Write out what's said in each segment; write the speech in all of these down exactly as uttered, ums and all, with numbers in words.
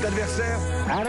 adversaire,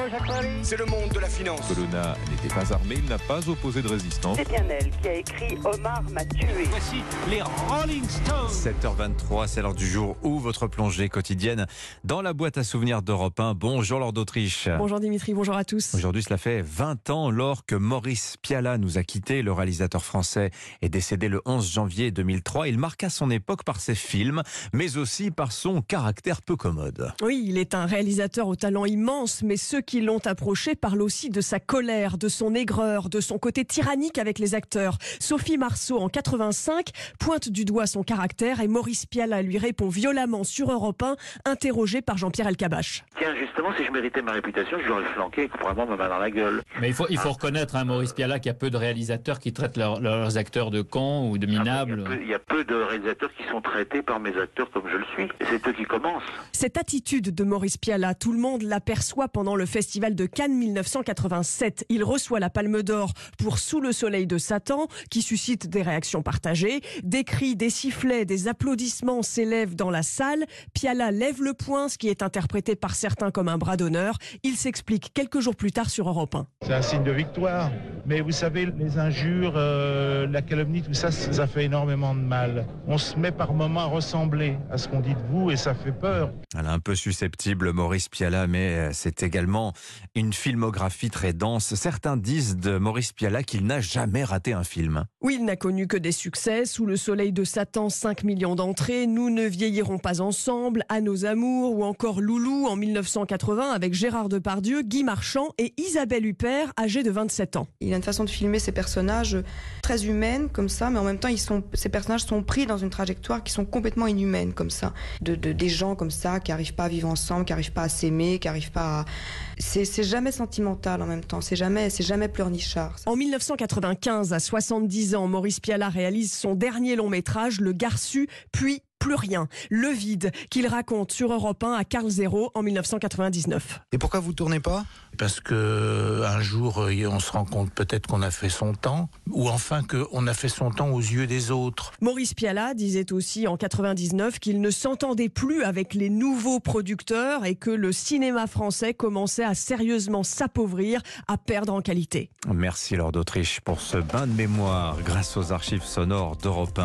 c'est le monde de la finance. Colonna n'était pas armé, il n'a pas opposé de résistance. C'est bien elle qui a écrit « Omar m'a tué ». Voici les Rolling Stones. sept heures vingt-trois, c'est l'heure du jour où votre plongée quotidienne dans la boîte à souvenirs d'Europe un. Bonjour Laure d'Autriche. Bonjour Dimitri, bonjour à tous. Aujourd'hui, cela fait vingt ans lors que Maurice Pialat nous a quittés. Le réalisateur français est décédé le onze janvier deux mille trois. Il marqua son époque par ses films, mais aussi par son caractère peu commode. Oui, il est un réalisateur au talent immense, mais ceux qui l'ont approché parlent aussi de sa colère, de son aigreur, de son côté tyrannique avec les acteurs. Sophie Marceau, en quatre-vingt-cinq, pointe du doigt son caractère et Maurice Pialat lui répond violemment sur Europe un, interrogé par Jean-Pierre Elkabbach. Tiens, justement, si je méritais ma réputation, je l'aurais flanqué avec vraiment ma main dans la gueule. Mais il faut, il faut reconnaître, hein, Maurice Pialat, qu'il y a peu de réalisateurs qui traitent leur- leurs acteurs de cons ou de minables. Ah, il y a peu- il y a peu de réalisateurs qui sont traités par mes acteurs comme je le suis. Et c'est eux qui commencent. Cette attitude de Maurice Pialat, tout le monde l'aperçoit pendant le festival de Cannes mille neuf cent quatre-vingt-sept. Il reçoit la Palme d'Or pour Sous le soleil de Satan, qui suscite des réactions partagées. Des cris, des sifflets, des applaudissements s'élèvent dans la salle. Pialat lève le poing, ce qui est interprété par certains comme un bras d'honneur. Il s'explique quelques jours plus tard sur Europe un. C'est un signe de victoire. Mais vous savez, les injures, euh, la calomnie, tout ça, ça fait énormément de mal. On se met par moments à ressembler à ce qu'on dit de vous et ça fait peur. Elle est un peu susceptible, Maurice Pialat, mais c'est également une filmographie très dense. Certains disent de Maurice Pialat qu'il n'a jamais raté un film. Oui, il n'a connu que des succès. Sous le soleil de Satan, cinq millions d'entrées. Nous ne vieillirons pas ensemble. À nos amours ou encore Loulou en mille neuf cent quatre-vingts avec Gérard Depardieu, Guy Marchand et Isabelle Huppert, âgée de vingt-sept ans. Il a une façon de filmer ses personnages très humaine comme ça, mais en même temps, ils sont, ces personnages sont pris dans une trajectoire qui sont complètement inhumaines comme ça. De, de, des gens comme ça qui n'arrivent pas à vivre ensemble, qui n'arrivent pas à s'aimer, qui n'arrivent pas à... C'est, c'est jamais sentimental en même temps, c'est jamais, c'est jamais pleurnichard. En mille neuf cent quatre-vingt-quinze, à soixante-dix ans, Maurice Pialat réalise son dernier long métrage, Le Garçu, puis Plus rien, le vide, qu'il raconte sur Europe un à Carl Zéro en mille neuf cent quatre-vingt-dix-neuf. Et pourquoi vous tournez pas ? Parce que un jour, on se rend compte peut-être qu'on a fait son temps, ou enfin qu'on a fait son temps aux yeux des autres. Maurice Pialat disait aussi en quatre-vingt-dix-neuf qu'il ne s'entendait plus avec les nouveaux producteurs et que le cinéma français commençait à sérieusement s'appauvrir, à perdre en qualité. Merci Laure d'Autriche pour ce bain de mémoire grâce aux archives sonores d'Europe un.